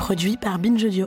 produit par Binge Audio.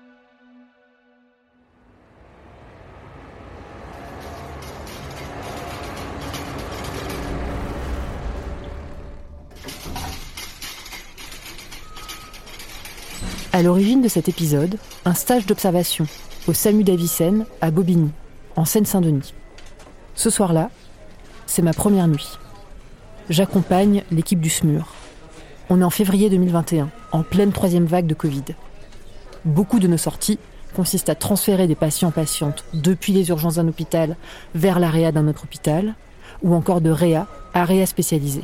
À l'origine de cet épisode, un stage d'observation au SAMU d'Avicenne à Bobigny, en Seine-Saint-Denis. Ce soir-là, c'est ma première nuit. J'accompagne l'équipe du SMUR. On est en février 2021, en pleine 3e vague de Covid. Beaucoup de nos sorties consistent à transférer des patients-patientes depuis les urgences d'un hôpital vers la réa d'un autre hôpital, ou encore de réa à réa spécialisée.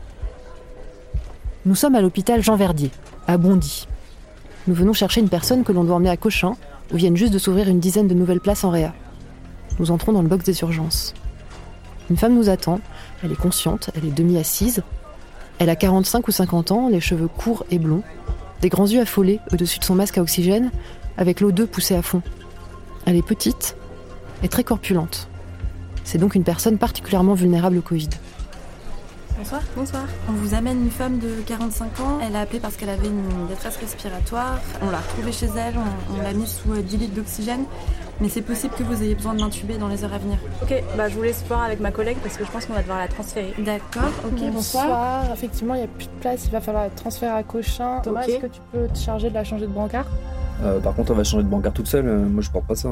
Nous sommes à l'hôpital Jean Verdier, à Bondy. Nous venons chercher une personne que l'on doit emmener à Cochin, où viennent juste de s'ouvrir une dizaine de nouvelles places en réa. Nous entrons dans le box des urgences. Une femme nous attend, elle est consciente, elle est demi-assise. Elle a 45 ou 50 ans, les cheveux courts et blonds, des grands yeux affolés au-dessus de son masque à oxygène, avec l'O2 poussée à fond. Elle est petite et très corpulente. C'est donc une personne particulièrement vulnérable au Covid. Bonsoir. Bonsoir. On vous amène une femme de 45 ans. Elle a appelé parce qu'elle avait une détresse respiratoire. On l'a retrouvée chez elle, on l'a mise sous 10 litres d'oxygène. Mais c'est possible que vous ayez besoin de l'intuber dans les heures à venir. Ok, je vous laisse voir avec ma collègue parce que je pense qu'on va devoir la transférer. D'accord, ok, bonsoir. Effectivement, il n'y a plus de place, il va falloir la transférer à Cochin. Thomas, Est-ce que tu peux te charger de la changer de brancard ? Par contre, on va changer de brancard toute seule. Moi, je porte pas ça.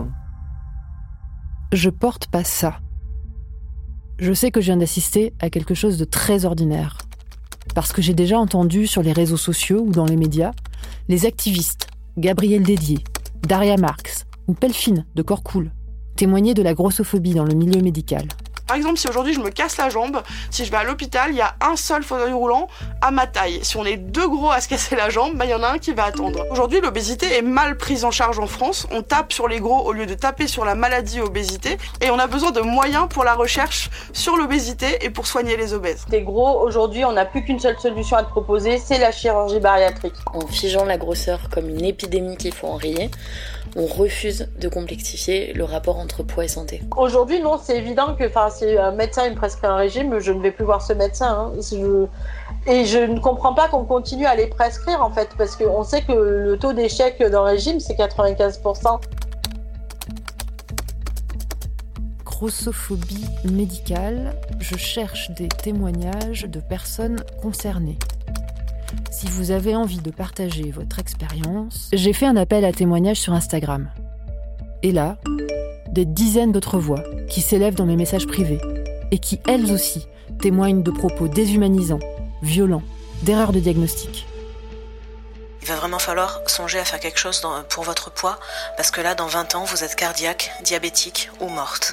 Je porte pas ça. Je sais que je viens d'assister à quelque chose de très ordinaire. Parce que j'ai déjà entendu sur les réseaux sociaux ou dans les médias les activistes Gabriel Dédier, Daria Marx ou Pelfine de Corcool témoigner de la grossophobie dans le milieu médical. Par exemple, si aujourd'hui je me casse la jambe, si je vais à l'hôpital, il y a un seul fauteuil roulant à ma taille. Si on est deux gros à se casser la jambe, il y en a un qui va attendre. Aujourd'hui, l'obésité est mal prise en charge en France. On tape sur les gros au lieu de taper sur la maladie obésité. Et on a besoin de moyens pour la recherche sur l'obésité et pour soigner les obèses. T'es gros, aujourd'hui, on n'a plus qu'une seule solution à te proposer, c'est la chirurgie bariatrique. En figeant la grosseur comme une épidémie qu'il faut enrayer, on refuse de complexifier le rapport entre poids et santé. Aujourd'hui, non, c'est évident que si un médecin me prescrit un régime, je ne vais plus voir ce médecin. Et je ne comprends pas qu'on continue à les prescrire, en fait, parce qu'on sait que le taux d'échec d'un régime, c'est 95%. Grossophobie médicale, je cherche des témoignages de personnes concernées. Si vous avez envie de partager votre expérience, j'ai fait un appel à témoignages sur Instagram. Et là, des dizaines d'autres voix qui s'élèvent dans mes messages privés et qui, elles aussi, témoignent de propos déshumanisants, violents, d'erreurs de diagnostic. Il va vraiment falloir songer à faire quelque chose pour votre poids, parce que là, dans 20 ans, vous êtes cardiaque, diabétique ou morte.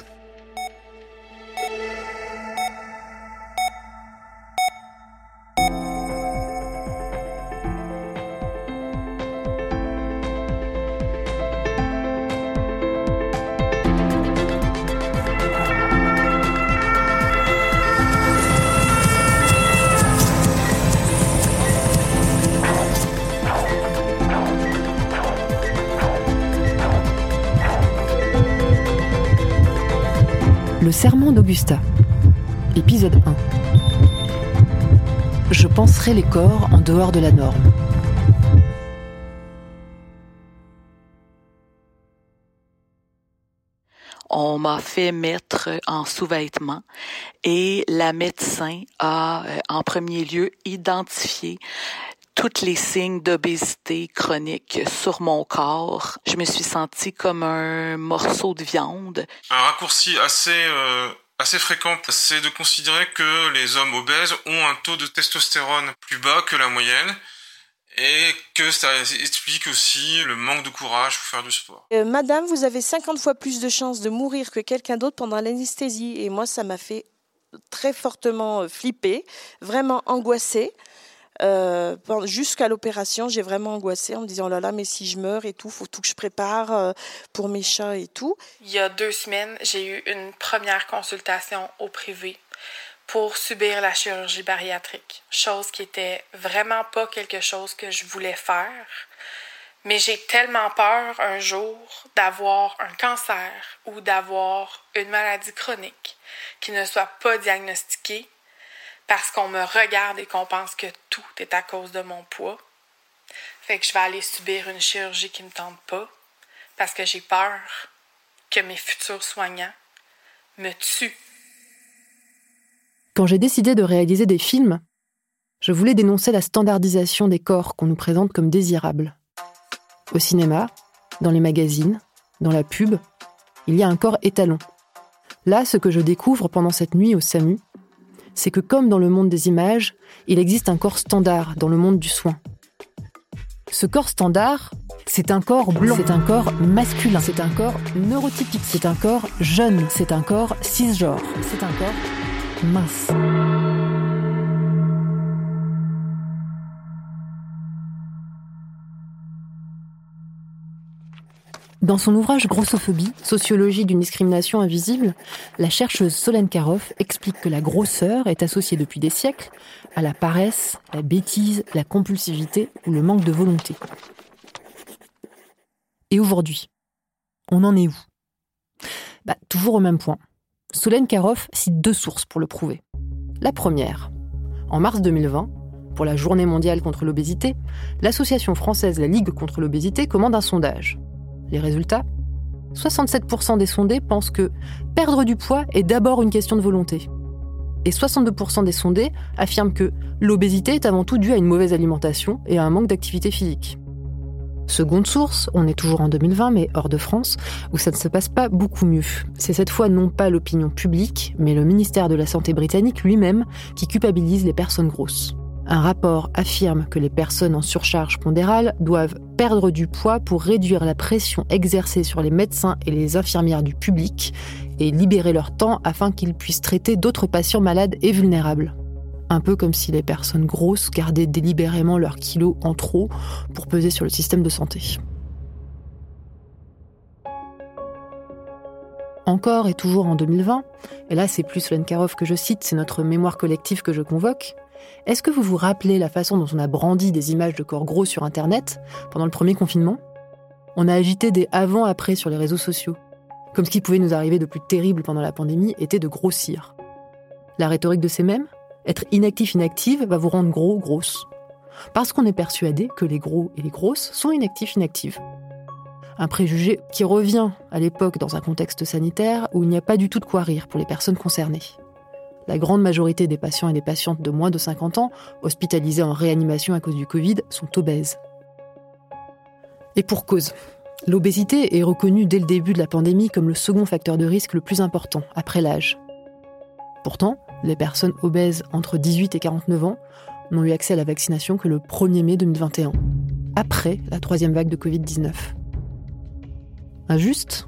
Le serment d'Augusta, épisode 1. Je penserai les corps en dehors de la norme. On m'a fait mettre en sous-vêtements et la médecin a, en premier lieu, identifié tous les signes d'obésité chronique sur mon corps. Je me suis sentie comme un morceau de viande. Un raccourci assez fréquent, c'est de considérer que les hommes obèses ont un taux de testostérone plus bas que la moyenne et que ça explique aussi le manque de courage pour faire du sport. Madame, vous avez 50 fois plus de chances de mourir que quelqu'un d'autre pendant l'anesthésie. Et moi, ça m'a fait très fortement flipper, vraiment angoissée. Jusqu'à l'opération, j'ai vraiment angoissé en me disant oh là là, mais si je meurs et tout, faut tout que je prépare pour mes chats et tout. Il y a 2 semaines, j'ai eu une première consultation au privé pour subir la chirurgie bariatrique, chose qui était vraiment pas quelque chose que je voulais faire. Mais j'ai tellement peur un jour d'avoir un cancer ou d'avoir une maladie chronique qui ne soit pas diagnostiquée parce qu'on me regarde et qu'on pense que tout est à cause de mon poids. Fait que je vais aller subir une chirurgie qui me tente pas parce que j'ai peur que mes futurs soignants me tuent. Quand j'ai décidé de réaliser des films, je voulais dénoncer la standardisation des corps qu'on nous présente comme désirables. Au cinéma, dans les magazines, dans la pub, il y a un corps étalon. Là, ce que je découvre pendant cette nuit au SAMU, c'est que comme dans le monde des images, il existe un corps standard dans le monde du soin. Ce corps standard, c'est un corps blanc, c'est un corps masculin, c'est un corps neurotypique, c'est un corps jeune, c'est un corps cisgenre, c'est un corps mince. Dans son ouvrage Grossophobie, sociologie d'une discrimination invisible, la chercheuse Solène Karoff explique que la grosseur est associée depuis des siècles à la paresse, la bêtise, la compulsivité ou le manque de volonté. Et aujourd'hui, on en est où ? Toujours au même point. Solène Karoff cite 2 sources pour le prouver. La première, en mars 2020, pour la Journée mondiale contre l'obésité, l'association française La Ligue contre l'obésité commande un sondage. Les résultats ? 67% des sondés pensent que perdre du poids est d'abord une question de volonté. Et 62% des sondés affirment que l'obésité est avant tout due à une mauvaise alimentation et à un manque d'activité physique. Seconde source, on est toujours en 2020, mais hors de France, où ça ne se passe pas beaucoup mieux. C'est cette fois non pas l'opinion publique, mais le ministère de la Santé britannique lui-même qui culpabilise les personnes grosses. Un rapport affirme que les personnes en surcharge pondérale doivent perdre du poids pour réduire la pression exercée sur les médecins et les infirmières du public et libérer leur temps afin qu'ils puissent traiter d'autres patients malades et vulnérables. Un peu comme si les personnes grosses gardaient délibérément leurs kilos en trop pour peser sur le système de santé. Encore et toujours en 2020, et là c'est plus Solène Karoff que je cite, c'est notre mémoire collective que je convoque, est-ce que vous vous rappelez la façon dont on a brandi des images de corps gros sur Internet pendant le premier confinement ? On a agité des avant-après sur les réseaux sociaux, comme ce qui pouvait nous arriver de plus terrible pendant la pandémie était de grossir. La rhétorique de ces mêmes ? Être inactif-inactive va vous rendre gros-grosse. Parce qu'on est persuadé que les gros et les grosses sont inactifs-inactives. Un préjugé qui revient à l'époque dans un contexte sanitaire où il n'y a pas du tout de quoi rire pour les personnes concernées. La grande majorité des patients et des patientes de moins de 50 ans, hospitalisés en réanimation à cause du Covid, sont obèses. Et pour cause, l'obésité est reconnue dès le début de la pandémie comme le second facteur de risque le plus important, après l'âge. Pourtant, les personnes obèses entre 18 et 49 ans n'ont eu accès à la vaccination que le 1er mai 2021, après la 3e vague de Covid-19. Injuste ?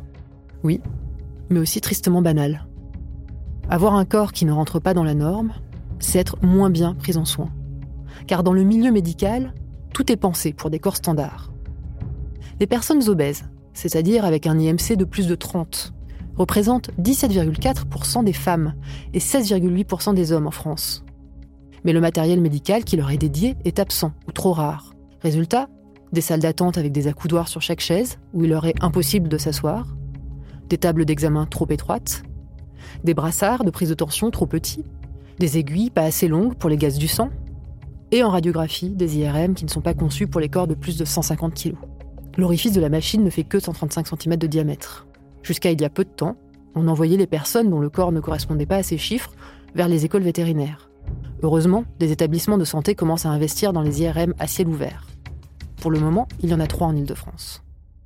Oui, mais aussi tristement banal. Avoir un corps qui ne rentre pas dans la norme, c'est être moins bien pris en soin. Car dans le milieu médical, tout est pensé pour des corps standards. Les personnes obèses, c'est-à-dire avec un IMC de plus de 30, représentent 17,4% des femmes et 16,8% des hommes en France. Mais le matériel médical qui leur est dédié est absent ou trop rare. Résultat, des salles d'attente avec des accoudoirs sur chaque chaise où il leur est impossible de s'asseoir, des tables d'examen trop étroites, des brassards de prise de tension trop petits, des aiguilles pas assez longues pour les gaz du sang, et en radiographie, des IRM qui ne sont pas conçus pour les corps de plus de 150 kg. L'orifice de la machine ne fait que 135 cm de diamètre. Jusqu'à il y a peu de temps, on envoyait les personnes dont le corps ne correspondait pas à ces chiffres vers les écoles vétérinaires. Heureusement, des établissements de santé commencent à investir dans les IRM à ciel ouvert. Pour le moment, il y en a 3 en Île-de-France.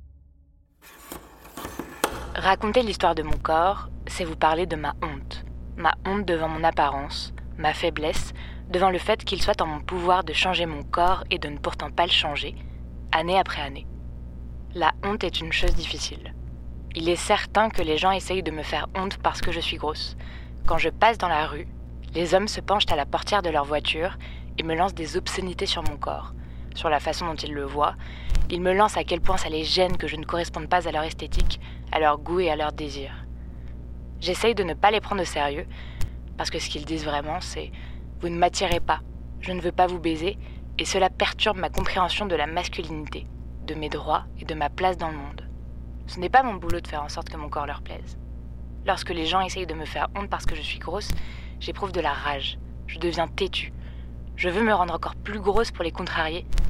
Raconter l'histoire de mon corps, c'est vous parler de ma honte. Ma honte devant mon apparence, ma faiblesse, devant le fait qu'il soit en mon pouvoir de changer mon corps et de ne pourtant pas le changer, année après année. La honte est une chose difficile. Il est certain que les gens essayent de me faire honte parce que je suis grosse. Quand je passe dans la rue, les hommes se penchent à la portière de leur voiture et me lancent des obscénités sur mon corps, sur la façon dont ils le voient. Ils me lancent à quel point ça les gêne que je ne corresponde pas à leur esthétique, à leur goût et à leur désir. J'essaye de ne pas les prendre au sérieux, parce que ce qu'ils disent vraiment, c'est « Vous ne m'attirez pas, je ne veux pas vous baiser », et cela perturbe ma compréhension de la masculinité, de mes droits et de ma place dans le monde. Ce n'est pas mon boulot de faire en sorte que mon corps leur plaise. Lorsque les gens essayent de me faire honte parce que je suis grosse, j'éprouve de la rage. Je deviens têtue. Je veux me rendre encore plus grosse pour les contrarier,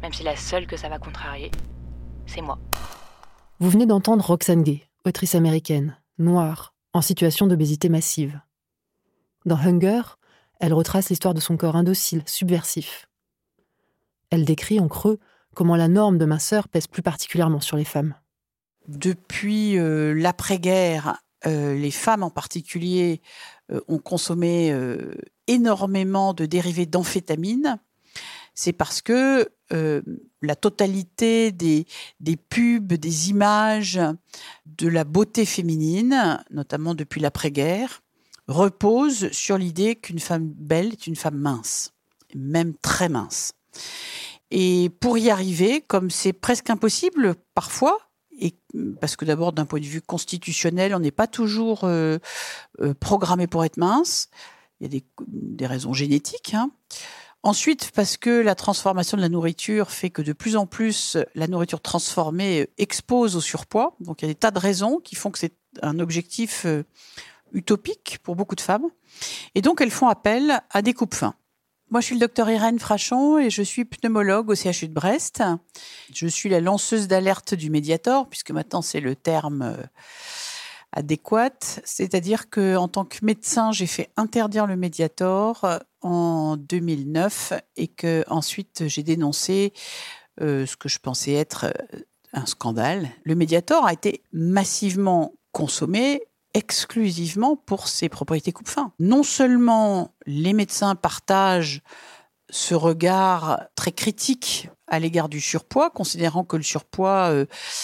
même si la seule que ça va contrarier, c'est moi. Vous venez d'entendre Roxane Gay, autrice américaine, noire, en situation d'obésité massive. Dans Hunger, elle retrace l'histoire de son corps indocile, subversif. Elle décrit en creux comment la norme de minceur pèse plus particulièrement sur les femmes. Depuis l'après-guerre, les femmes en particulier ont consommé énormément de dérivés d'amphétamines. C'est parce que la totalité des pubs, des images de la beauté féminine, notamment depuis l'après-guerre, repose sur l'idée qu'une femme belle est une femme mince, même très mince. Et pour y arriver, comme c'est presque impossible parfois, et parce que d'abord d'un point de vue constitutionnel, on n'est pas toujours programmé pour être mince, il y a des raisons génétiques. Ensuite, parce que la transformation de la nourriture fait que de plus en plus la nourriture transformée expose au surpoids. Donc il y a des tas de raisons qui font que c'est un objectif utopique pour beaucoup de femmes. Et donc elles font appel à des coupes-faim. Moi, je suis le docteur Irène Frachon et je suis pneumologue au CHU de Brest. Je suis la lanceuse d'alerte du Mediator, puisque maintenant c'est le terme adéquat. C'est-à-dire qu'en tant que médecin, j'ai fait interdire le Mediator en 2009 et que ensuite j'ai dénoncé ce que je pensais être un scandale. Le Mediator a été massivement consommé exclusivement pour ses propriétés coupe-faim. Non seulement les médecins partagent ce regard très critique à l'égard du surpoids, considérant que le surpoids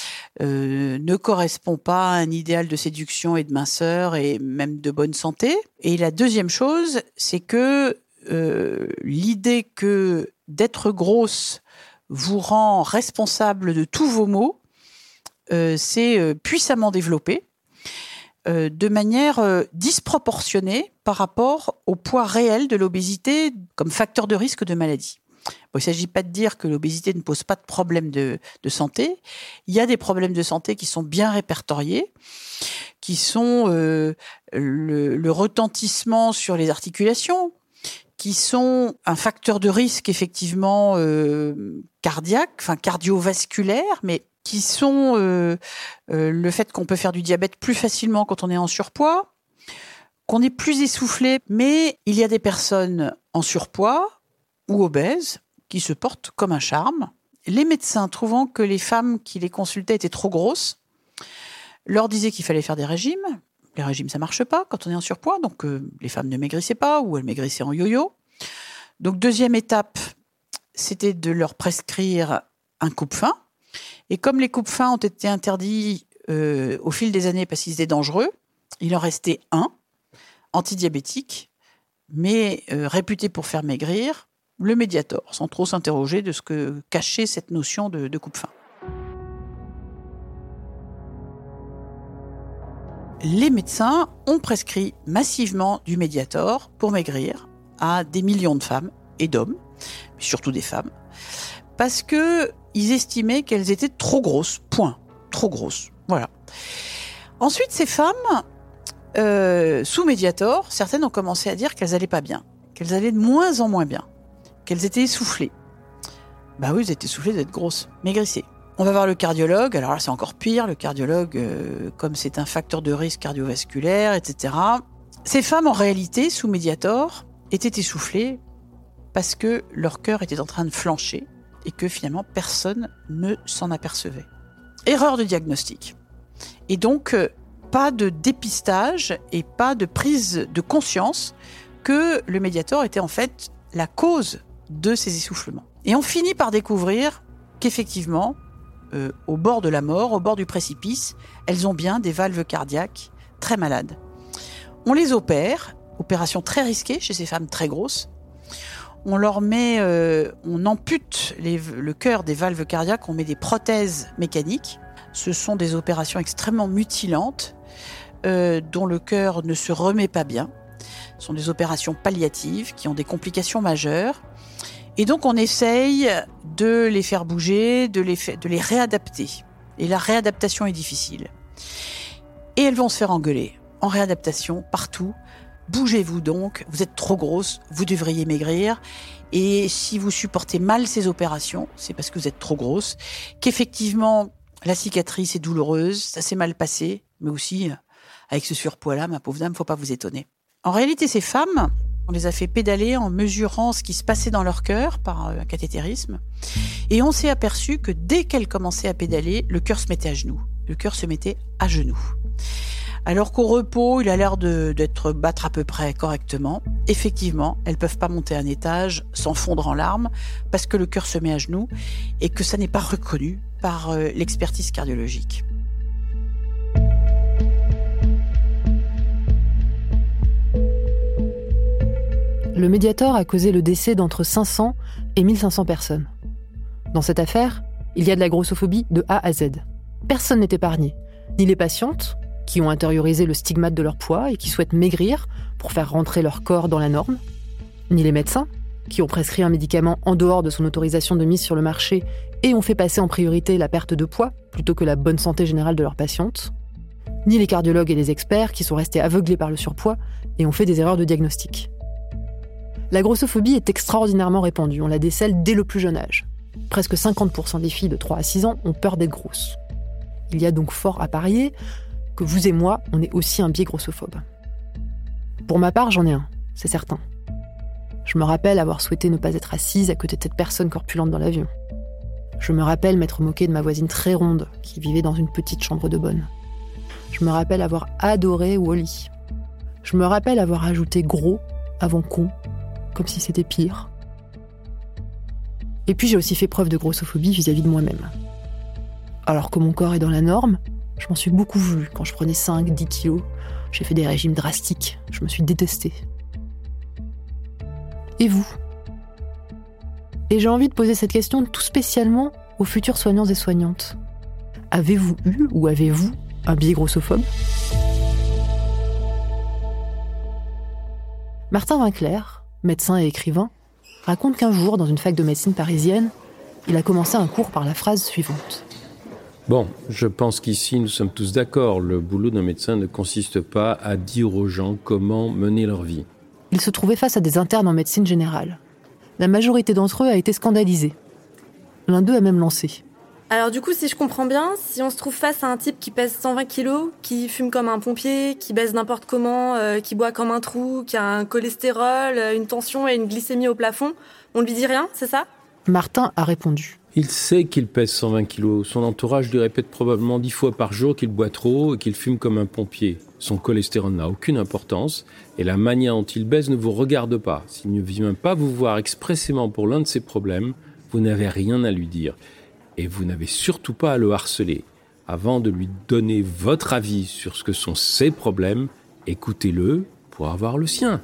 ne correspond pas à un idéal de séduction et de minceur et même de bonne santé. Et la deuxième chose, c'est que l'idée que d'être grosse vous rend responsable de tous vos maux s'est puissamment développée de manière disproportionnée par rapport au poids réel de l'obésité comme facteur de risque de maladie. Bon, il ne s'agit pas de dire que l'obésité ne pose pas de problème de santé. Il y a des problèmes de santé qui sont bien répertoriés, qui sont le retentissement sur les articulations, qui sont un facteur de risque effectivement cardiaque, enfin cardiovasculaire, mais qui sont le fait qu'on peut faire du diabète plus facilement quand on est en surpoids, qu'on est plus essoufflé, mais il y a des personnes en surpoids ou obèses qui se portent comme un charme. Les médecins, trouvant que les femmes qui les consultaient étaient trop grosses, leur disaient qu'il fallait faire des régimes. Les régimes, ça ne marche pas quand on est en surpoids, donc les femmes ne maigrissaient pas ou elles maigrissaient en yo-yo. Donc deuxième étape, c'était de leur prescrire un coupe-faim. Et comme les coupes-faim ont été interdits au fil des années parce qu'ils étaient dangereux, il en restait un, antidiabétique, mais réputé pour faire maigrir, le Mediator, sans trop s'interroger de ce que cachait cette notion de coupe-faim. Les médecins ont prescrit massivement du Mediator pour maigrir à des millions de femmes et d'hommes, mais surtout des femmes, parce que ils estimaient qu'elles étaient trop grosses, point. Trop grosses, voilà. Ensuite, ces femmes, sous Mediator, certaines ont commencé à dire qu'elles allaient pas bien, qu'elles allaient de moins en moins bien, qu'elles étaient essoufflées. Bah oui, vous êtes essoufflées, vous êtes grosses, maigrissez. On va voir le cardiologue, alors là c'est encore pire, le cardiologue, comme c'est un facteur de risque cardiovasculaire, etc. Ces femmes, en réalité, sous Mediator, étaient essoufflées parce que leur cœur était en train de flancher, et que finalement personne ne s'en apercevait. Erreur de diagnostic. Et donc, pas de dépistage et pas de prise de conscience que le Mediator était en fait la cause de ces essoufflements. Et on finit par découvrir qu'effectivement, au bord de la mort, au bord du précipice, elles ont bien des valves cardiaques très malades. On les opère, opération très risquée chez ces femmes très grosses. On leur met, on ampute le cœur des valves cardiaques, on met des prothèses mécaniques. Ce sont des opérations extrêmement mutilantes, dont le cœur ne se remet pas bien. Ce sont des opérations palliatives qui ont des complications majeures. Et donc on essaye de les faire bouger, de les réadapter. Et la réadaptation est difficile. Et elles vont se faire engueuler en réadaptation partout Bougez-vous donc, vous êtes trop grosse, vous devriez maigrir. Et si vous supportez mal ces opérations, c'est parce que vous êtes trop grosse, qu'effectivement, la cicatrice est douloureuse, ça s'est mal passé, mais aussi, avec ce surpoids-là, ma pauvre dame, faut pas vous étonner. En réalité, ces femmes, on les a fait pédaler en mesurant ce qui se passait dans leur cœur par un cathétérisme. Et on s'est aperçu que dès qu'elles commençaient à pédaler, le cœur se mettait à genoux. Le cœur se mettait à genoux. Alors qu'au repos, il a l'air d'être battre à peu près correctement. Effectivement, elles peuvent pas monter un étage sans fondre en larmes parce que le cœur se met à genoux et que ça n'est pas reconnu par l'expertise cardiologique. Le Mediator a causé le décès d'entre 500 et 1500 personnes. Dans cette affaire, il y a de la grossophobie de A à Z. Personne n'est épargné, ni les patientes, qui ont intériorisé le stigmate de leur poids et qui souhaitent maigrir pour faire rentrer leur corps dans la norme, ni les médecins, qui ont prescrit un médicament en dehors de son autorisation de mise sur le marché et ont fait passer en priorité la perte de poids plutôt que la bonne santé générale de leurs patientes, ni les cardiologues et les experts qui sont restés aveuglés par le surpoids et ont fait des erreurs de diagnostic. La grossophobie est extraordinairement répandue, on la décèle dès le plus jeune âge. Presque 50% des filles de 3 à 6 ans ont peur d'être grosses. Il y a donc fort à parier que vous et moi, on est aussi un biais grossophobe. Pour ma part, j'en ai un, c'est certain. Je me rappelle avoir souhaité ne pas être assise à côté de cette personne corpulente dans l'avion. Je me rappelle m'être moquée de ma voisine très ronde qui vivait dans une petite chambre de bonne. Je me rappelle avoir adoré Wall-E. Je me rappelle avoir ajouté gros avant con, comme si c'était pire. Et puis j'ai aussi fait preuve de grossophobie vis-à-vis de moi-même. Alors que mon corps est dans la norme, je m'en suis beaucoup voulu quand je prenais 5-10 kilos. J'ai fait des régimes drastiques, je me suis détestée. Et vous ? Et j'ai envie de poser cette question tout spécialement aux futurs soignants et soignantes. Avez-vous eu ou avez-vous un biais grossophobe ? Martin Winkler, médecin et écrivain, raconte qu'un jour, dans une fac de médecine parisienne, il a commencé un cours par la phrase suivante. Bon, je pense qu'ici, nous sommes tous d'accord. Le boulot d'un médecin ne consiste pas à dire aux gens comment mener leur vie. Il se trouvait face à des internes en médecine générale. La majorité d'entre eux a été scandalisée. L'un d'eux a même lancé. Alors du coup, si je comprends bien, si on se trouve face à un type qui pèse 120 kilos, qui fume comme un pompier, qui baise n'importe comment, qui boit comme un trou, qui a un cholestérol, une tension et une glycémie au plafond, on lui dit rien, c'est ça ? Martin a répondu. Il sait qu'il pèse 120 kilos. Son entourage lui répète probablement 10 fois par jour qu'il boit trop et qu'il fume comme un pompier. Son cholestérol n'a aucune importance et la manière dont il baise ne vous regarde pas. S'il ne vient pas vous voir expressément pour l'un de ses problèmes, vous n'avez rien à lui dire. Et vous n'avez surtout pas à le harceler. Avant de lui donner votre avis sur ce que sont ses problèmes, écoutez-le pour avoir le sien.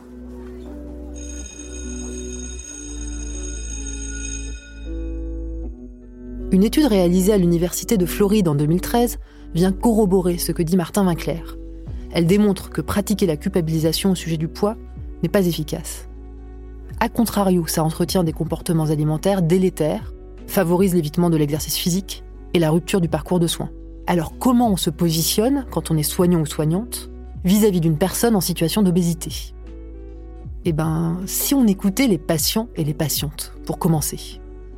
Une étude réalisée à l'Université de Floride en 2013 vient corroborer ce que dit Martin Winkler. Elle démontre que pratiquer la culpabilisation au sujet du poids n'est pas efficace. A contrario, ça entretient des comportements alimentaires délétères, favorise l'évitement de l'exercice physique et la rupture du parcours de soins. Alors comment on se positionne, quand on est soignant ou soignante, vis-à-vis d'une personne en situation d'obésité ? Eh bien, si on écoutait les patients et les patientes, pour commencer.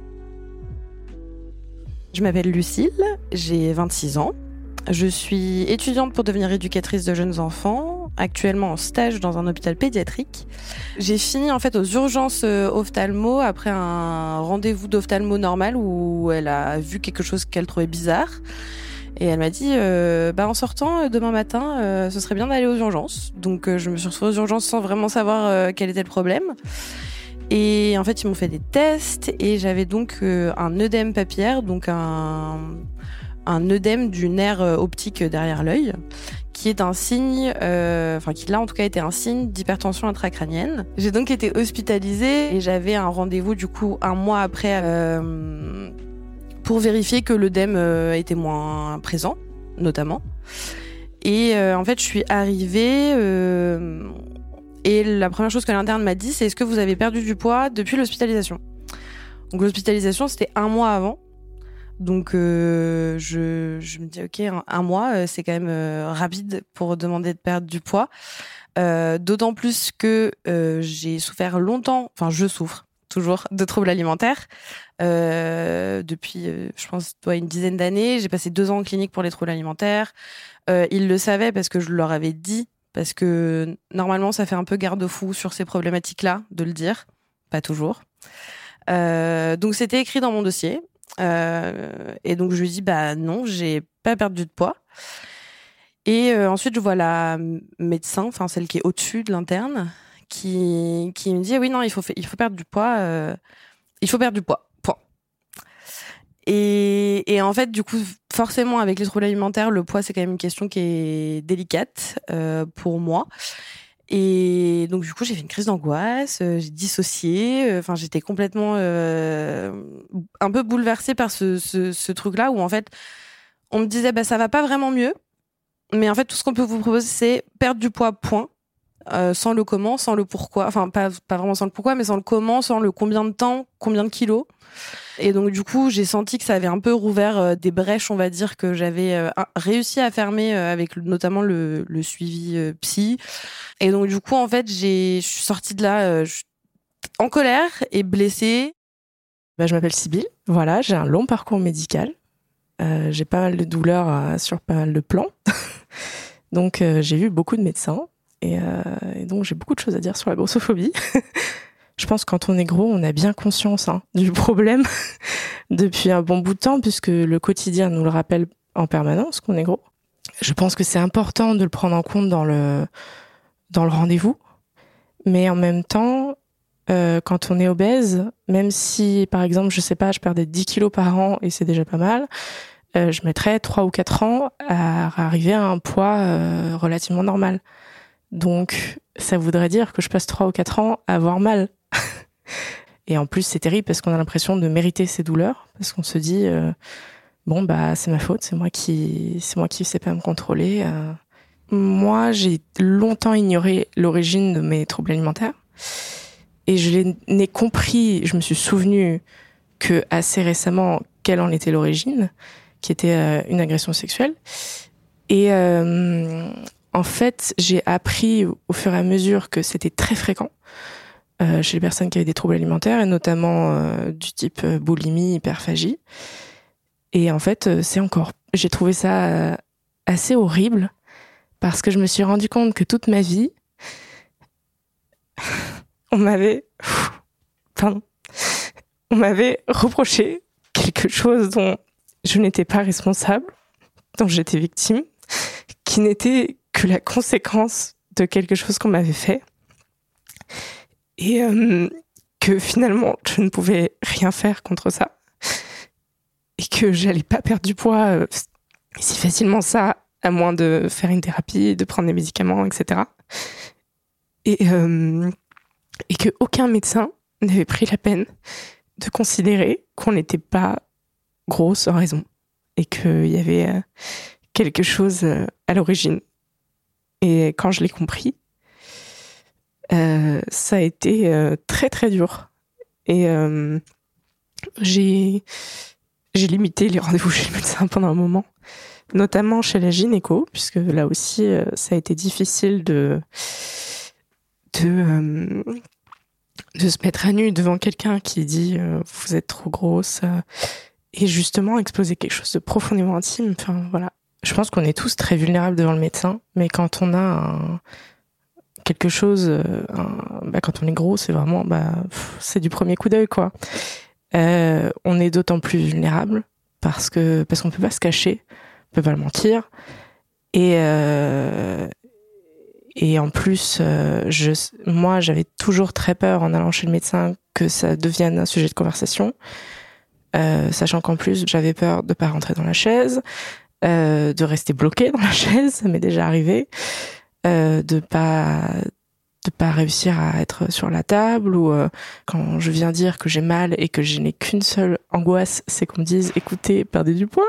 Je m'appelle Lucille, j'ai 26 ans. Je suis étudiante pour devenir éducatrice de jeunes enfants, actuellement en stage dans un hôpital pédiatrique. J'ai fini en fait aux urgences ophtalmo après un rendez-vous d'ophtalmo normal où elle a vu quelque chose qu'elle trouvait bizarre. Et elle m'a dit, en sortant demain matin, ce serait bien d'aller aux urgences. Donc je me suis retrouvée aux urgences sans vraiment savoir quel était le problème. Et en fait, ils m'ont fait des tests et j'avais donc un œdème papillaire, donc un œdème du nerf optique derrière l'œil, qui est un signe, qui là en tout cas était un signe d'hypertension intracrânienne. J'ai donc été hospitalisée et j'avais un rendez-vous du coup 1 mois après pour vérifier que l'œdème était moins présent, notamment. Et en fait, je suis arrivée et la première chose que l'interne m'a dit, c'est: est-ce que vous avez perdu du poids depuis l'hospitalisation ? Donc l'hospitalisation, c'était 1 mois avant. Donc je me dis ok, 1 mois, c'est quand même rapide pour demander de perdre du poids. d'autant plus que j'ai souffert longtemps, enfin je souffre toujours de troubles alimentaires depuis, je pense, une dizaine d'années. J'ai passé 2 ans en clinique pour les troubles alimentaires. Ils le savaient parce que je leur avais dit, parce que normalement ça fait un peu garde-fou sur ces problématiques-là de le dire, pas toujours. Donc c'était écrit dans mon dossier. Et donc je lui dis non, j'ai pas perdu de poids. Et ensuite je vois la médecin, enfin celle qui est au-dessus de l'interne, qui me dit oui non, il faut perdre du poids, point. Et en fait du coup forcément avec les troubles alimentaires, le poids c'est quand même une question qui est délicate pour moi. Et donc du coup j'ai fait une crise d'angoisse, j'ai dissocié, enfin j'étais complètement un peu bouleversée par ce truc-là où en fait on me disait ça va pas vraiment mieux, mais en fait tout ce qu'on peut vous proposer c'est perdre du poids, point, sans le comment, sans le pourquoi, enfin pas vraiment sans le pourquoi, mais sans le comment, sans le combien de temps, combien de kilos. Et donc du coup j'ai senti que ça avait un peu rouvert des brèches, on va dire, que j'avais réussi à fermer avec notamment le suivi psy. Et donc du coup en fait je suis sortie de là en colère et blessée. Je m'appelle Sybille, voilà, j'ai un long parcours médical, j'ai pas mal de douleurs sur pas mal de plans, donc j'ai vu beaucoup de médecins et donc j'ai beaucoup de choses à dire sur la grossophobie. Je pense que quand on est gros, on a bien conscience du problème depuis un bon bout de temps, puisque le quotidien nous le rappelle en permanence qu'on est gros. Je pense que c'est important de le prendre en compte dans le rendez-vous, mais en même temps, quand on est obèse, même si, par exemple, je perdais 10 kilos par an et c'est déjà pas mal, je mettrais 3 ou 4 ans à arriver à un poids relativement normal. Donc, ça voudrait dire que je passe 3 ou 4 ans à avoir mal. Et en plus, c'est terrible parce qu'on a l'impression de mériter ces douleurs, parce qu'on se dit c'est ma faute, c'est moi qui sais pas me contrôler. Moi, j'ai longtemps ignoré l'origine de mes troubles alimentaires et je n'ai compris, je me suis souvenue que assez récemment quelle en était l'origine, qui était une agression sexuelle. Et en fait, j'ai appris au fur et à mesure que c'était très fréquent chez les personnes qui avaient des troubles alimentaires, et notamment du type boulimie, hyperphagie. Et en fait, j'ai trouvé ça assez horrible, parce que je me suis rendu compte que toute ma vie, on m'avait reproché quelque chose dont je n'étais pas responsable, dont j'étais victime, qui n'était que la conséquence de quelque chose qu'on m'avait fait. Et que finalement, je ne pouvais rien faire contre ça. Et que j'allais pas perdre du poids si facilement ça, à moins de faire une thérapie, de prendre des médicaments, etc. Et que aucun médecin n'avait pris la peine de considérer qu'on n'était pas gros sans raison. Et qu'il y avait quelque chose à l'origine. Et quand je l'ai compris, ça a été très très dur. Et j'ai limité les rendez-vous chez le médecin pendant un moment, notamment chez la gynéco, puisque là aussi ça a été difficile de se mettre à nu devant quelqu'un qui dit vous êtes trop grosse, et justement exposer quelque chose de profondément intime. Enfin voilà, je pense qu'on est tous très vulnérables devant le médecin, mais quand on a quelque chose, quand on est gros, c'est vraiment, c'est du premier coup d'œil, quoi. On est d'autant plus vulnérable parce qu'on peut pas se cacher, on peut pas le mentir, et en plus, moi, j'avais toujours très peur en allant chez le médecin que ça devienne un sujet de conversation, sachant qu'en plus, j'avais peur de pas rentrer dans la chaise, de rester bloquée dans la chaise, ça m'est déjà arrivé. De pas réussir à être sur la table, ou quand je viens dire que j'ai mal et que je n'ai qu'une seule angoisse, c'est qu'on me dise écoutez, perdez du poids.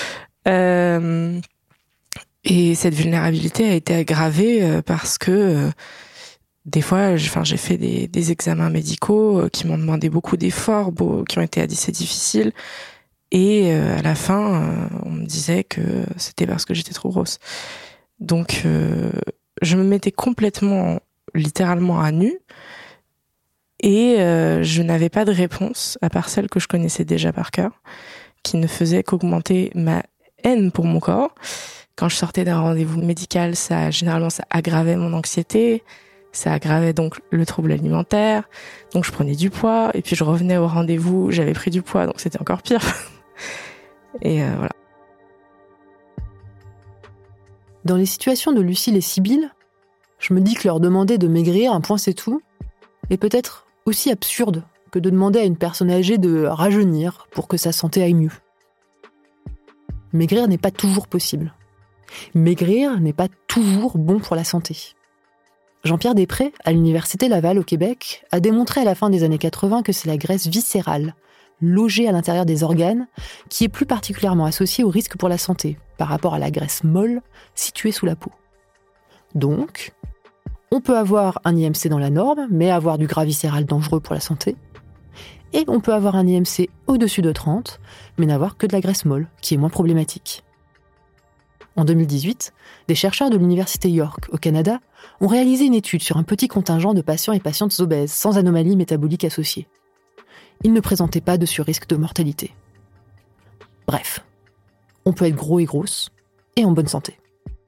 Et cette vulnérabilité a été aggravée parce que des fois, j'ai fait des examens médicaux qui m'ont demandé beaucoup d'efforts, qui ont été assez difficiles, et à la fin, on me disait que c'était parce que j'étais trop grosse. Donc je me mettais complètement, littéralement à nu, et je n'avais pas de réponse, à part celle que je connaissais déjà par cœur, qui ne faisait qu'augmenter ma haine pour mon corps. Quand je sortais d'un rendez-vous médical, généralement, ça aggravait mon anxiété, ça aggravait donc le trouble alimentaire, donc je prenais du poids, et puis je revenais au rendez-vous, j'avais pris du poids, donc c'était encore pire. Et voilà. Dans les situations de Lucille et Sybille, je me dis que leur demander de maigrir, un point c'est tout, est peut-être aussi absurde que de demander à une personne âgée de rajeunir pour que sa santé aille mieux. Maigrir n'est pas toujours possible. Maigrir n'est pas toujours bon pour la santé. Jean-Pierre Després, à l'Université Laval au Québec, a démontré à la fin des années 80 que c'est la graisse viscérale, logée à l'intérieur des organes, qui est plus particulièrement associée au risque pour la santé, par rapport à la graisse molle située sous la peau. Donc, on peut avoir un IMC dans la norme, mais avoir du gras viscéral dangereux pour la santé. Et on peut avoir un IMC au-dessus de 30, mais n'avoir que de la graisse molle, qui est moins problématique. En 2018, des chercheurs de l'Université York, au Canada, ont réalisé une étude sur un petit contingent de patients et patientes obèses, sans anomalies métaboliques associées. Ils ne présentaient pas de surrisque de mortalité. Bref, on peut être gros et grosse, et en bonne santé.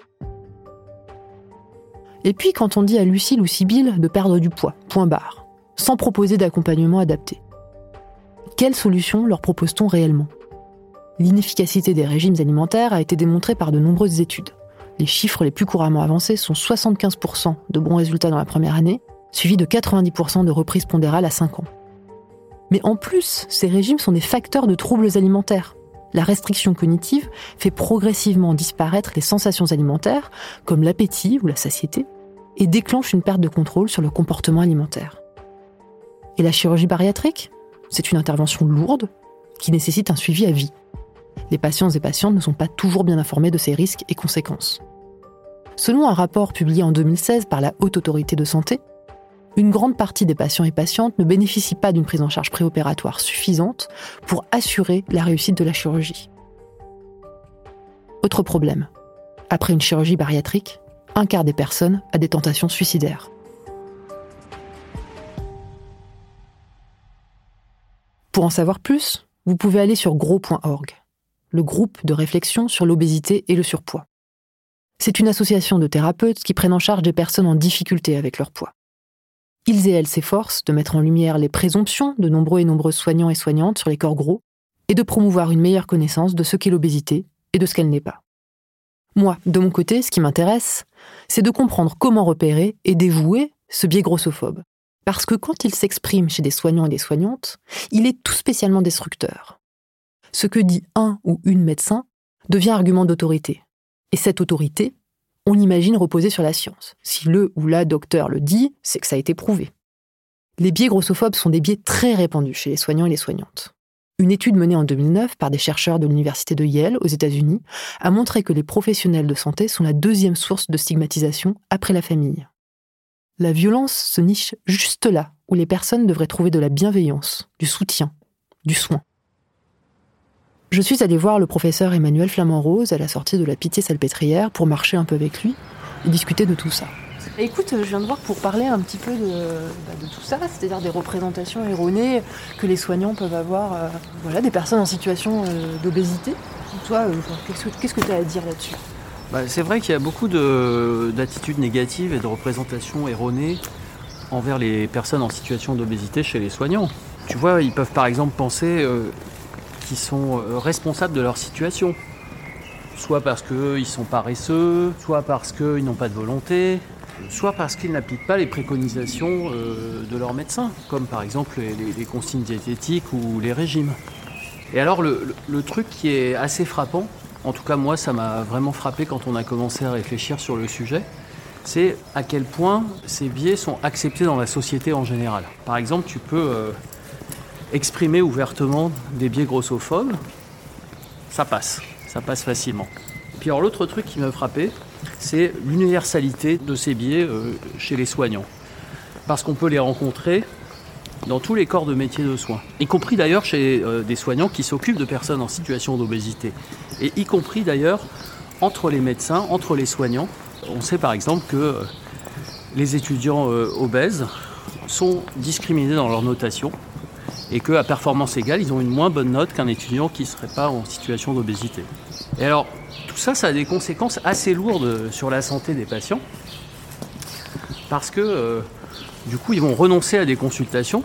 Et puis quand on dit à Lucille ou Sybille de perdre du poids, point barre, sans proposer d'accompagnement adapté, quelle solution leur propose-t-on réellement ? L'inefficacité des régimes alimentaires a été démontrée par de nombreuses études. Les chiffres les plus couramment avancés sont 75% de bons résultats dans la première année, suivis de 90% de reprise pondérale à 5 ans. Mais en plus, ces régimes sont des facteurs de troubles alimentaires. La restriction cognitive fait progressivement disparaître les sensations alimentaires, comme l'appétit ou la satiété, et déclenche une perte de contrôle sur le comportement alimentaire. Et la chirurgie bariatrique ? C'est une intervention lourde qui nécessite un suivi à vie. Les patients et patientes ne sont pas toujours bien informés de ces risques et conséquences. Selon un rapport publié en 2016 par la Haute Autorité de Santé, une grande partie des patients et patientes ne bénéficient pas d'une prise en charge préopératoire suffisante pour assurer la réussite de la chirurgie. Autre problème. Après une chirurgie bariatrique, un quart des personnes a des tentations suicidaires. Pour en savoir plus, vous pouvez aller sur gros.org, le groupe de réflexion sur l'obésité et le surpoids. C'est une association de thérapeutes qui prennent en charge des personnes en difficulté avec leur poids. Ils et elles s'efforcent de mettre en lumière les présomptions de nombreux et nombreuses soignants et soignantes sur les corps gros et de promouvoir une meilleure connaissance de ce qu'est l'obésité et de ce qu'elle n'est pas. Moi, de mon côté, ce qui m'intéresse, c'est de comprendre comment repérer et déjouer ce biais grossophobe. Parce que quand il s'exprime chez des soignants et des soignantes, il est tout spécialement destructeur. Ce que dit un ou une médecin devient argument d'autorité. Et cette autorité, on l'imagine reposer sur la science. Si le ou la docteur le dit, c'est que ça a été prouvé. Les biais grossophobes sont des biais très répandus chez les soignants et les soignantes. Une étude menée en 2009 par des chercheurs de l'université de Yale, aux États-Unis, a montré que les professionnels de santé sont la deuxième source de stigmatisation après la famille. La violence se niche juste là, où les personnes devraient trouver de la bienveillance, du soutien, du soin. Je suis allée voir le professeur Emmanuel Flamand-Rose à la sortie de la Pitié-Salpêtrière pour marcher un peu avec lui et discuter de tout ça. Écoute, je viens de voir pour parler un petit peu de tout ça, c'est-à-dire des représentations erronées que les soignants peuvent avoir, des personnes en situation d'obésité. Toi, qu'est-ce que tu as à dire là-dessus ? C'est vrai qu'il y a beaucoup d'attitudes négatives et de représentations erronées envers les personnes en situation d'obésité chez les soignants. Tu vois, ils peuvent par exemple penser qu'ils sont responsables de leur situation. Soit parce qu'ils sont paresseux, soit parce qu'ils n'ont pas de volonté, soit parce qu'ils n'appliquent pas les préconisations de leur médecin, comme par exemple les consignes diététiques ou les régimes. Et alors le truc qui est assez frappant, en tout cas moi ça m'a vraiment frappé quand on a commencé à réfléchir sur le sujet, c'est à quel point ces biais sont acceptés dans la société en général. Par exemple, tu peux exprimer ouvertement des biais grossophobes, ça passe facilement. Et puis alors l'autre truc qui m'a frappé, c'est l'universalité de ces biais chez les soignants. Parce qu'on peut les rencontrer dans tous les corps de métiers de soins, y compris d'ailleurs chez des soignants qui s'occupent de personnes en situation d'obésité, et y compris d'ailleurs entre les médecins, entre les soignants, On sait par exemple que les étudiants obèses sont discriminés dans leur notation et qu'à performance égale, ils ont une moins bonne note qu'un étudiant qui ne serait pas en situation d'obésité. Et alors, tout ça, ça a des conséquences assez lourdes sur la santé des patients parce que du coup, ils vont renoncer à des consultations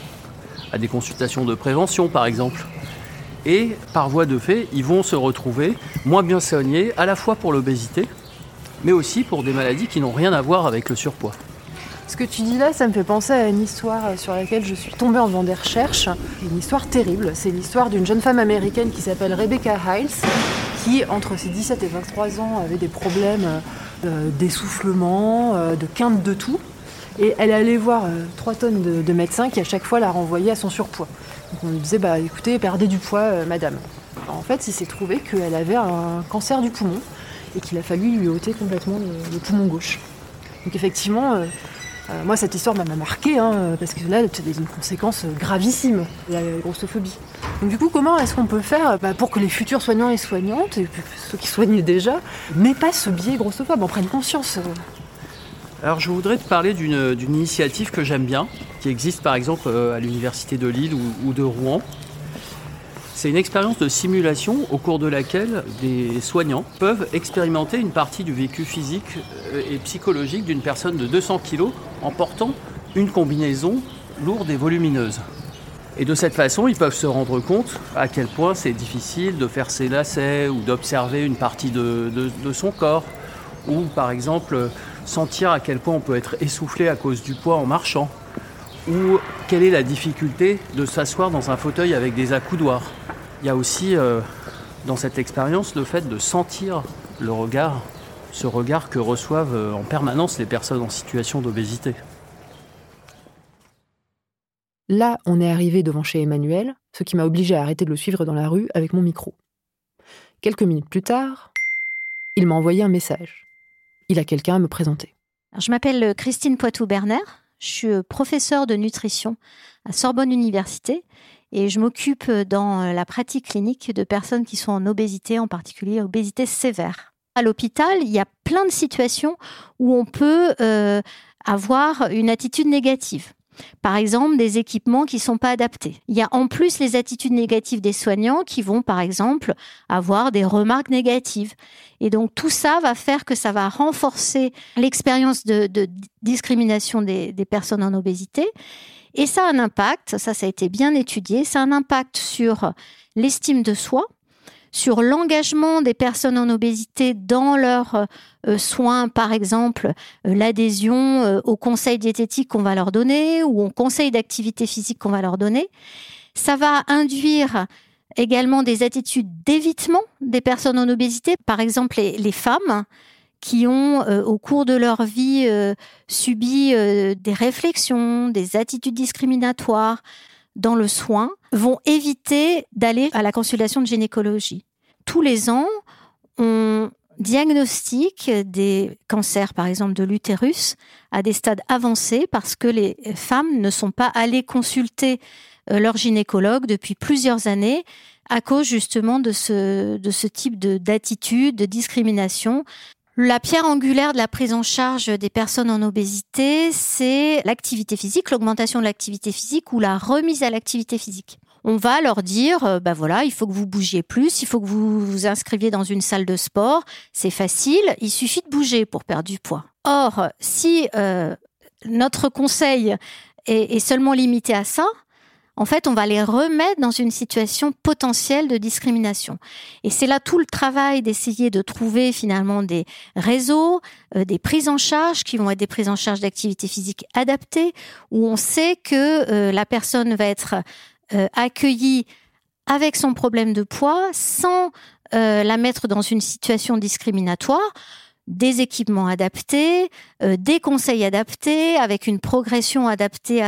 de prévention par exemple. Et par voie de fait, ils vont se retrouver moins bien soignés à la fois pour l'obésité, mais aussi pour des maladies qui n'ont rien à voir avec le surpoids. Ce que tu dis là, ça me fait penser à une histoire sur laquelle je suis tombée en faisant des recherches. Une histoire terrible. C'est l'histoire d'une jeune femme américaine qui s'appelle Rebecca Hiles, qui, entre ses 17 et 23 ans, avait des problèmes d'essoufflement, de quinte de toux. Et elle allait voir 3 tonnes de médecins qui, à chaque fois, la renvoyaient à son surpoids. Donc on lui disait, écoutez, perdez du poids, madame. Alors, en fait, il s'est trouvé qu'elle avait un cancer du poumon et qu'il a fallu lui ôter complètement le poumon gauche. Donc effectivement... moi, cette histoire m'a marquée, parce que là, c'est des conséquences gravissimes, la grossophobie. Donc du coup, comment est-ce qu'on peut faire pour que les futurs soignants et soignantes, et ceux qui soignent déjà, n'aient pas ce biais grossophobe, en prennent conscience Alors, je voudrais te parler d'une initiative que j'aime bien, qui existe par exemple à l'université de Lille ou de Rouen. C'est une expérience de simulation au cours de laquelle des soignants peuvent expérimenter une partie du vécu physique et psychologique d'une personne de 200 kg en portant une combinaison lourde et volumineuse. Et de cette façon, ils peuvent se rendre compte à quel point c'est difficile de faire ses lacets ou d'observer une partie de son corps, ou par exemple sentir à quel point on peut être essoufflé à cause du poids en marchant, ou quelle est la difficulté de s'asseoir dans un fauteuil avec des accoudoirs. Il y a aussi dans cette expérience le fait de sentir le regard, ce regard que reçoivent en permanence les personnes en situation d'obésité. Là, on est arrivé devant chez Emmanuel, ce qui m'a obligé à arrêter de le suivre dans la rue avec mon micro. Quelques minutes plus tard, il m'a envoyé un message. Il a quelqu'un à me présenter. Je m'appelle Christine Poitou-Berner, je suis professeure de nutrition à Sorbonne Université et je m'occupe dans la pratique clinique de personnes qui sont en obésité, en particulier obésité sévère. À l'hôpital, il y a plein de situations où on peut avoir une attitude négative. Par exemple, des équipements qui ne sont pas adaptés. Il y a en plus les attitudes négatives des soignants qui vont, par exemple, avoir des remarques négatives. Et donc, tout ça va faire que ça va renforcer l'expérience de discrimination des personnes en obésité. Et ça a un impact, ça a été bien étudié, ça a un impact sur l'estime de soi, sur l'engagement des personnes en obésité dans leurs soins, par exemple l'adhésion au conseil diététique qu'on va leur donner ou au conseil d'activité physique qu'on va leur donner. Ça va induire également des attitudes d'évitement des personnes en obésité, par exemple les femmes qui ont au cours de leur vie subi des réflexions, des attitudes discriminatoires dans le soin, vont éviter d'aller à la consultation de gynécologie. Tous les ans, on diagnostique des cancers, par exemple de l'utérus, à des stades avancés parce que les femmes ne sont pas allées consulter leur gynécologue depuis plusieurs années à cause justement de ce type d'attitude, de discrimination. La pierre angulaire de la prise en charge des personnes en obésité, c'est l'activité physique, l'augmentation de l'activité physique ou la remise à l'activité physique. On va leur dire, il faut que vous bougiez plus, il faut que vous vous inscriviez dans une salle de sport. C'est facile, il suffit de bouger pour perdre du poids. Or, si notre conseil est seulement limité à ça, en fait, on va les remettre dans une situation potentielle de discrimination. Et c'est là tout le travail d'essayer de trouver finalement des réseaux, des prises en charge qui vont être des prises en charge d'activité physique adaptées, où on sait que la personne va être accueillie avec son problème de poids sans la mettre dans une situation discriminatoire. Des équipements adaptés, des conseils adaptés, avec une progression adaptée à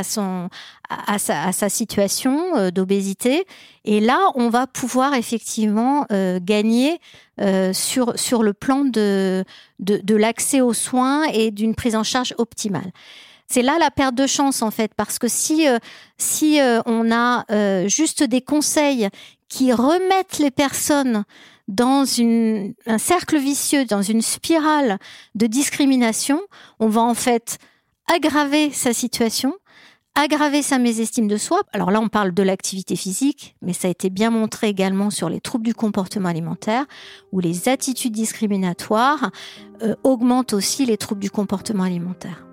sa situation d'obésité. Et là, on va pouvoir effectivement gagner sur le plan de l'accès aux soins et d'une prise en charge optimale. C'est là la perte de chance en fait, parce que si on a juste des conseils qui remettent les personnes dans un cercle vicieux, dans une spirale de discrimination, on va en fait aggraver sa situation, aggraver sa mésestime de soi. Alors là, on parle de l'activité physique, mais ça a été bien montré également sur les troubles du comportement alimentaire, où les attitudes discriminatoires augmentent aussi les troubles du comportement alimentaire.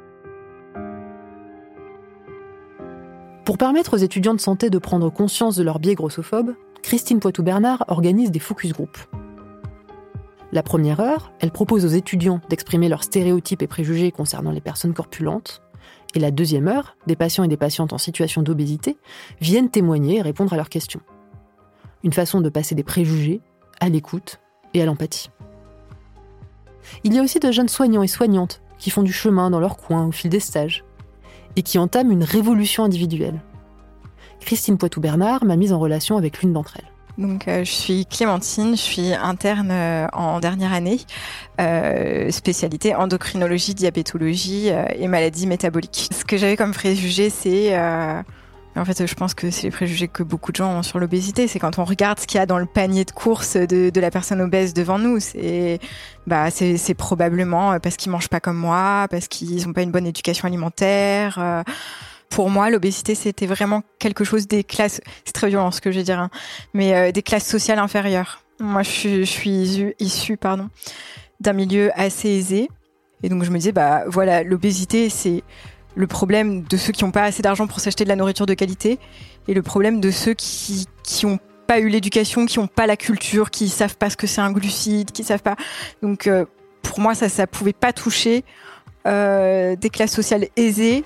Pour permettre aux étudiants de santé de prendre conscience de leurs biais grossophobes, Christine Poitou-Bernard organise des focus group. La première heure, elle propose aux étudiants d'exprimer leurs stéréotypes et préjugés concernant les personnes corpulentes. Et la deuxième heure, des patients et des patientes en situation d'obésité viennent témoigner et répondre à leurs questions. Une façon de passer des préjugés à l'écoute et à l'empathie. Il y a aussi de jeunes soignants et soignantes qui font du chemin dans leur coin au fil des stages et qui entament une révolution individuelle. Christine Poitou-Bernard m'a mise en relation avec l'une d'entre elles. Donc, je suis Clémentine, je suis interne en dernière année, spécialité endocrinologie, diabétologie et maladies métaboliques. Ce que j'avais comme préjugé, c'est... en fait, je pense que c'est les préjugés que beaucoup de gens ont sur l'obésité. C'est quand on regarde ce qu'il y a dans le panier de courses de la personne obèse devant nous. C'est probablement parce qu'ils mangent pas comme moi, parce qu'ils ont pas une bonne éducation alimentaire... Pour moi, l'obésité, c'était vraiment quelque chose des classes... C'est très violent ce que je vais dire, hein, mais des classes sociales inférieures. Moi, je suis issue d'un milieu assez aisé. Et donc, je me disais, voilà, l'obésité, c'est le problème de ceux qui n'ont pas assez d'argent pour s'acheter de la nourriture de qualité et le problème de ceux qui n'ont pas eu l'éducation, qui n'ont pas la culture, qui savent pas ce que c'est un glucide, qui savent pas... Donc, pour moi, ça pouvait pas toucher des classes sociales aisées.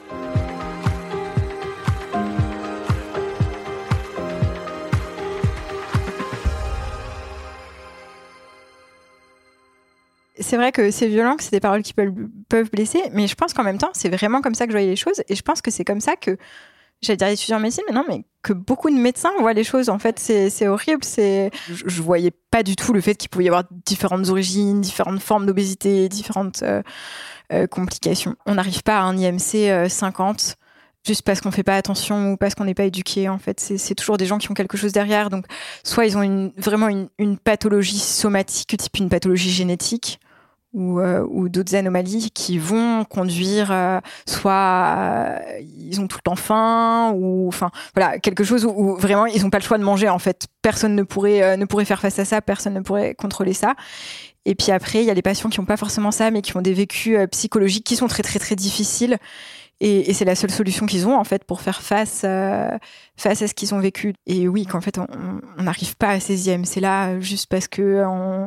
C'est vrai que c'est violent, que c'est des paroles qui peuvent blesser, mais je pense qu'en même temps, c'est vraiment comme ça que je voyais les choses, et je pense que c'est comme ça que, j'allais dire étudiant en médecine, mais que beaucoup de médecins voient les choses. En fait, c'est horrible. Je voyais pas du tout le fait qu'il pouvait y avoir différentes origines, différentes formes d'obésité, différentes complications. On n'arrive pas à un IMC 50 juste parce qu'on fait pas attention ou parce qu'on n'est pas éduqué. En fait, c'est toujours des gens qui ont quelque chose derrière. Donc, soit ils ont vraiment une pathologie somatique, type une pathologie génétique, ou d'autres anomalies qui vont conduire soit ils ont tout le temps faim, ou enfin voilà, quelque chose où vraiment ils n'ont pas le choix de manger. En fait, personne ne pourrait faire face à ça, personne ne pourrait contrôler ça. Et puis après, il y a les patients qui n'ont pas forcément ça, mais qui ont des vécus psychologiques qui sont très très très difficiles. Et c'est la seule solution qu'ils ont en fait pour faire face à ce qu'ils ont vécu. Et oui, qu'en fait on n'arrive pas à ces IMC-là juste parce qu'on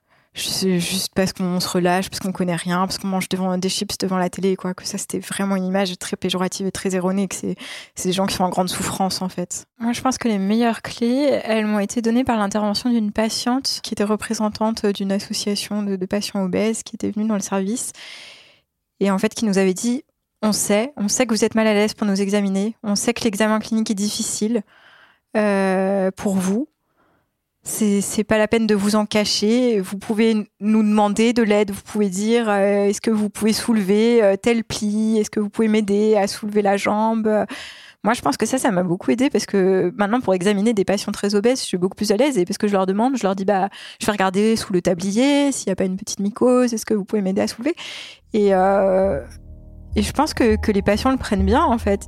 se relâche, parce qu'on connaît rien, parce qu'on mange devant des chips devant la télé, quoi. Que ça, c'était vraiment une image très péjorative et très erronée, que c'est des gens qui sont en grande souffrance, en fait. Moi, je pense que les meilleures clés, elles m'ont été données par l'intervention d'une patiente qui était représentante d'une association de patients obèses, qui était venue dans le service, et en fait, qui nous avait dit, on sait que vous êtes mal à l'aise pour nous examiner, on sait que l'examen clinique est difficile pour vous. C'est pas la peine de vous en cacher. Vous pouvez nous demander de l'aide. Vous pouvez dire est-ce que vous pouvez soulever tel pli? Est-ce que vous pouvez m'aider à soulever la jambe? Moi, je pense que ça m'a beaucoup aidé parce que maintenant, pour examiner des patients très obèses, je suis beaucoup plus à l'aise. Et parce que je leur dis, je vais regarder sous le tablier s'il n'y a pas une petite mycose. Est-ce que vous pouvez m'aider à soulever? Et je pense que les patients le prennent bien, en fait.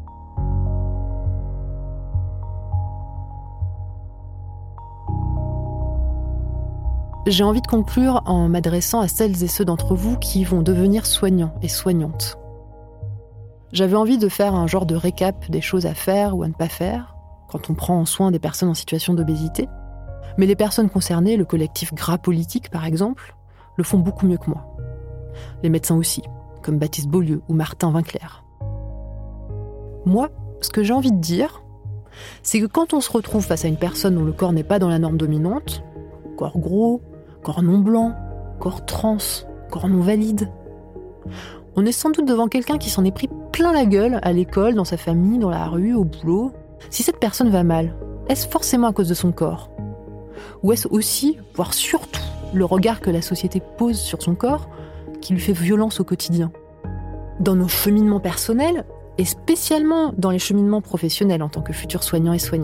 J'ai envie de conclure en m'adressant à celles et ceux d'entre vous qui vont devenir soignants et soignantes. J'avais envie de faire un genre de récap des choses à faire ou à ne pas faire quand on prend soin des personnes en situation d'obésité. Mais les personnes concernées, le collectif Gras Politique par exemple, le font beaucoup mieux que moi. Les médecins aussi, comme Baptiste Beaulieu ou Martin Vinclair. Moi, ce que j'ai envie de dire, c'est que quand on se retrouve face à une personne dont le corps n'est pas dans la norme dominante, corps gros, corps non blanc, corps trans, corps non valide, on est sans doute devant quelqu'un qui s'en est pris plein la gueule à l'école, dans sa famille, dans la rue, au boulot. Si cette personne va mal, est-ce forcément à cause de son corps? Ou est-ce aussi, voire surtout, le regard que la société pose sur son corps qui lui fait violence au quotidien? Dans nos cheminements personnels, et spécialement dans les cheminements professionnels en tant que futurs soignants et soignantes,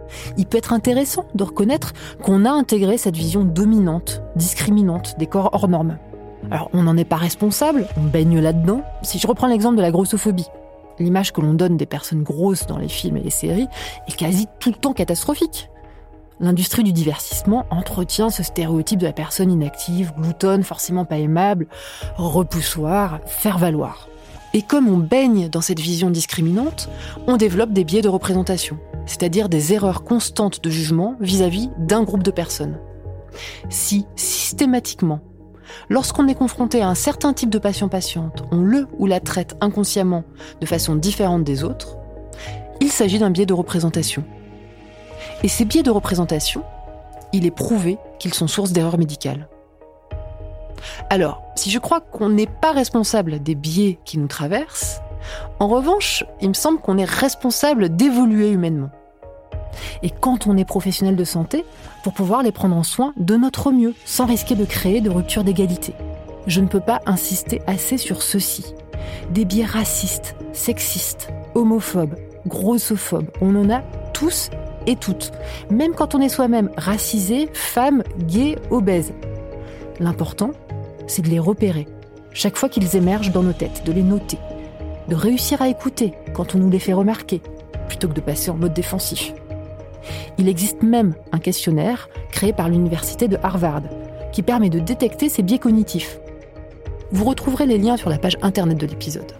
Il peut être intéressant de reconnaître qu'on a intégré cette vision dominante, discriminante des corps hors normes. Alors, on n'en est pas responsable, on baigne là-dedans. Si je reprends l'exemple de la grossophobie, l'image que l'on donne des personnes grosses dans les films et les séries est quasi tout le temps catastrophique. L'industrie du divertissement entretient ce stéréotype de la personne inactive, gloutonne, forcément pas aimable, repoussoir, faire valoir. Et comme on baigne dans cette vision discriminante, on développe des biais de représentation, c'est-à-dire des erreurs constantes de jugement vis-à-vis d'un groupe de personnes. Si, systématiquement, lorsqu'on est confronté à un certain type de patient-patiente, on le ou la traite inconsciemment de façon différente des autres, il s'agit d'un biais de représentation. Et ces biais de représentation, il est prouvé qu'ils sont source d'erreurs médicales. Alors, si je crois qu'on n'est pas responsable des biais qui nous traversent, en revanche, il me semble qu'on est responsable d'évoluer humainement. Et quand on est professionnel de santé, pour pouvoir les prendre en soin de notre mieux, sans risquer de créer de rupture d'égalité. Je ne peux pas insister assez sur ceci. Des biais racistes, sexistes, homophobes, grossophobes, on en a tous et toutes. Même quand on est soi-même racisé, femme, gay, obèse. L'important, c'est de les repérer, chaque fois qu'ils émergent dans nos têtes, de les noter, de réussir à écouter quand on nous les fait remarquer, plutôt que de passer en mode défensif. Il existe même un questionnaire créé par l'université de Harvard qui permet de détecter ces biais cognitifs. Vous retrouverez les liens sur la page internet de l'épisode.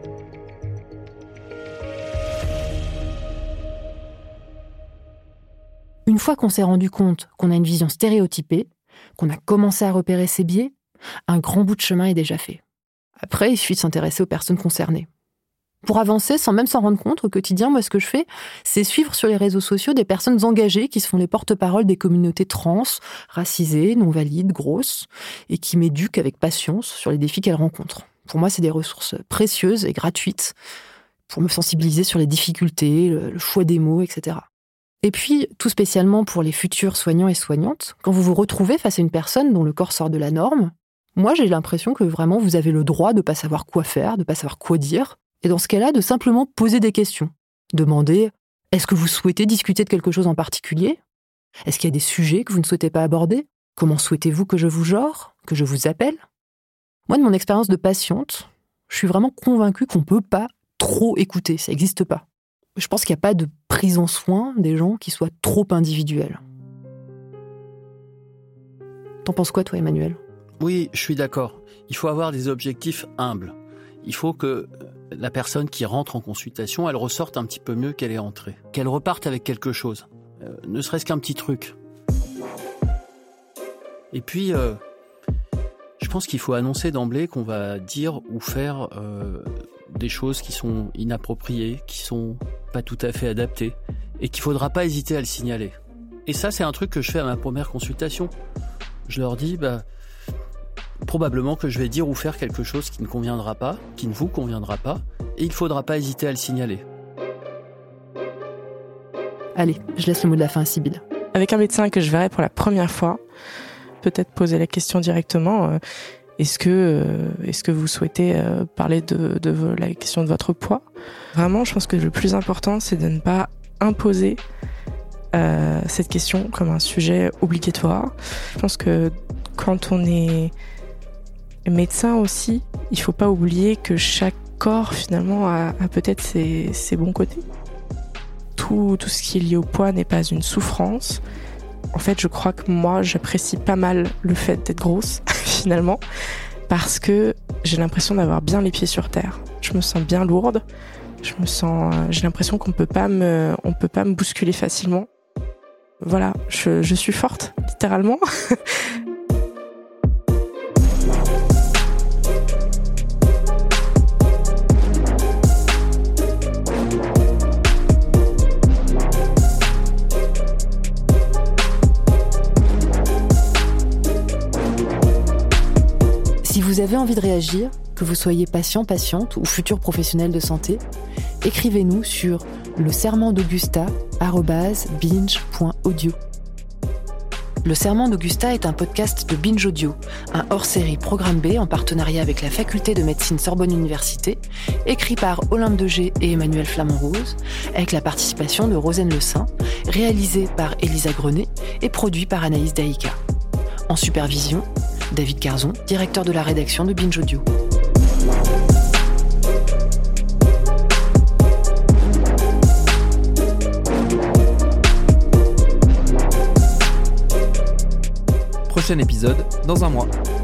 Une fois qu'on s'est rendu compte qu'on a une vision stéréotypée, qu'on a commencé à repérer ces biais, un grand bout de chemin est déjà fait. Après, il suffit de s'intéresser aux personnes concernées. Pour avancer, sans même s'en rendre compte, au quotidien, moi, ce que je fais, c'est suivre sur les réseaux sociaux des personnes engagées qui se font les porte-paroles des communautés trans, racisées, non-valides, grosses, et qui m'éduquent avec patience sur les défis qu'elles rencontrent. Pour moi, c'est des ressources précieuses et gratuites pour me sensibiliser sur les difficultés, le choix des mots, etc. Et puis, tout spécialement pour les futurs soignants et soignantes, quand vous vous retrouvez face à une personne dont le corps sort de la norme, moi, j'ai l'impression que vraiment vous avez le droit de ne pas savoir quoi faire, de ne pas savoir quoi dire, et dans ce cas-là, de simplement poser des questions. Demander, est-ce que vous souhaitez discuter de quelque chose en particulier ? Est-ce qu'il y a des sujets que vous ne souhaitez pas aborder ? Comment souhaitez-vous que je vous genre ? Que je vous appelle ? Moi, de mon expérience de patiente, je suis vraiment convaincue qu'on ne peut pas trop écouter, ça n'existe pas. Je pense qu'il n'y a pas de prise en soin des gens qui soit trop individuelle. T'en penses quoi, toi, Emmanuel ? Oui, je suis d'accord. Il faut avoir des objectifs humbles. Il faut que la personne qui rentre en consultation, elle ressorte un petit peu mieux qu'elle est entrée. Qu'elle reparte avec quelque chose. Ne serait-ce qu'un petit truc. Et puis, je pense qu'il faut annoncer d'emblée qu'on va dire ou faire des choses qui sont inappropriées, qui sont pas tout à fait adaptées, et qu'il faudra pas hésiter à le signaler. Et ça, c'est un truc que je fais à ma première consultation. Je leur dis, probablement que je vais dire ou faire quelque chose qui ne conviendra pas, qui ne vous conviendra pas, et il ne faudra pas hésiter à le signaler. Allez, je laisse le mot de la fin à Sybille. Avec un médecin que je verrai pour la première fois, peut-être poser la question directement, est-ce que vous souhaitez parler de la question de votre poids ? Vraiment, je pense que le plus important, c'est de ne pas imposer cette question comme un sujet obligatoire. Je pense que quand on est médecin aussi, il ne faut pas oublier que chaque corps finalement a peut-être ses bons côtés. Tout ce qui est lié au poids n'est pas une souffrance. En fait, je crois que moi, j'apprécie pas mal le fait d'être grosse, finalement, parce que j'ai l'impression d'avoir bien les pieds sur terre. Je me sens bien lourde. J'ai l'impression qu'on peut pas me bousculer facilement. Voilà, je suis forte, littéralement. Si vous avez envie de réagir, que vous soyez patient, patiente ou futur professionnel de santé, écrivez-nous sur leserment d'Augusta@binge.audio. Le Serment d'Augusta est un podcast de Binge Audio, un hors-série Programme B en partenariat avec la faculté de médecine Sorbonne Université, écrit par Olympe Degé et Emmanuel Flamand-Rose, avec la participation de Rosen Le Saint, réalisé par Elisa Grenet et produit par Anaïs Daïka. En supervision, David Carzon, directeur de la rédaction de Binge Audio. Prochain épisode dans un mois.